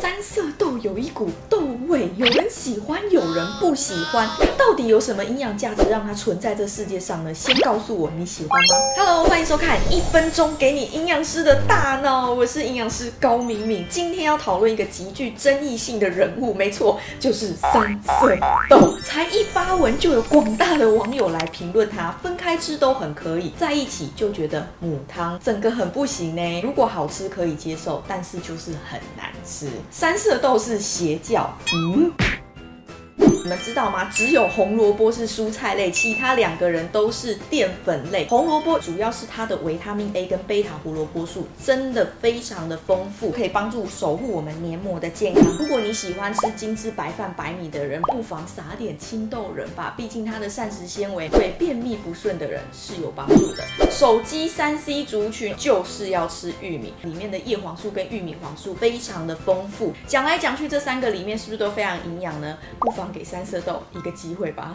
三色豆有一股豆味，有人喜欢，有人不喜欢。它到底有什么营养价值让它存在这世界上呢？先告诉我你喜欢吗 ？Hello， 欢迎收看1分钟给你营养师的大脑，我是营养师高敏敏。今天要讨论一个极具争议性的人物，没错，就是三色豆。才一发文就有广大的网友来评论它，分开吃都很可以，在一起就觉得母汤，整个很不行呢。如果好吃可以接受，但是就是很难吃。三色豆是邪教，你们知道吗？只有红萝卜是蔬菜类，其他2个人都是淀粉类。红萝卜主要是它的维他命 A 跟贝塔胡萝卜素真的非常的丰富，可以帮助守护我们黏膜的健康。如果你喜欢吃精致白饭白米的人，不妨撒点青豆仁吧，毕竟它的膳食纤维对便秘不顺的人是有帮助的。手机 3C 族群就是要吃玉米，里面的叶黄素跟玉米黄素非常的丰富。讲来讲去，这3个里面是不是都非常营养呢？不妨给三色豆一个机会吧。